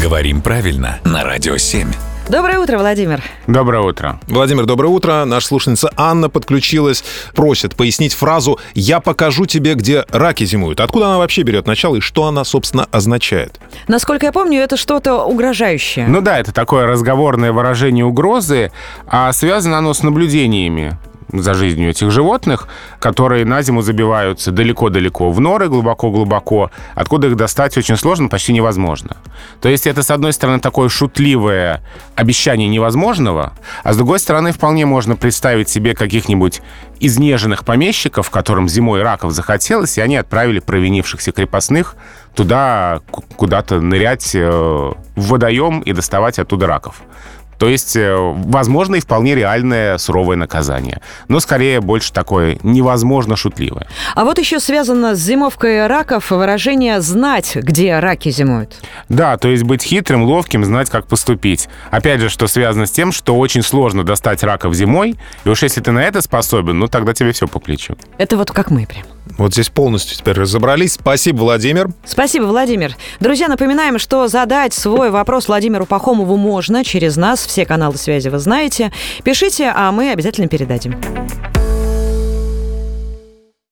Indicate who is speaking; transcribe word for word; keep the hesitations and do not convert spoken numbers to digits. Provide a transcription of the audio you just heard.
Speaker 1: Говорим правильно на Радио семь.
Speaker 2: Доброе утро, Владимир.
Speaker 3: Доброе утро.
Speaker 4: Владимир, доброе утро. Наша слушательница Анна подключилась, просит пояснить фразу «Я покажу тебе, где раки зимуют». Откуда она вообще берет начало и что она, собственно, означает?
Speaker 2: Насколько я помню, это что-то угрожающее.
Speaker 3: Ну да, это такое разговорное выражение угрозы, а связано оно с наблюдениями за жизнью этих животных, которые на зиму забиваются далеко-далеко в норы, глубоко-глубоко, откуда их достать очень сложно, почти невозможно. То есть это, с одной стороны, такое шутливое обещание невозможного, а с другой стороны, вполне можно представить себе каких-нибудь изнеженных помещиков, которым зимой раков захотелось, и они отправили провинившихся крепостных туда куда-то нырять в водоем и доставать оттуда раков. То есть, возможно, и вполне реальное суровое наказание. Но, скорее, больше такое невозможно шутливое.
Speaker 2: А вот еще связано с зимовкой раков выражение «знать, где раки зимуют».
Speaker 3: Да, то есть быть хитрым, ловким, знать, как поступить. Опять же, что связано с тем, что очень сложно достать раков зимой, и уж если ты на это способен, ну, тогда тебе все по плечу.
Speaker 2: Это вот как мы прям.
Speaker 4: Вот здесь полностью теперь разобрались. Спасибо, Владимир.
Speaker 2: Спасибо, Владимир. Друзья, напоминаем, что задать свой вопрос Владимиру Пахомову можно через нас. Все каналы связи вы знаете. Пишите, а мы обязательно передадим.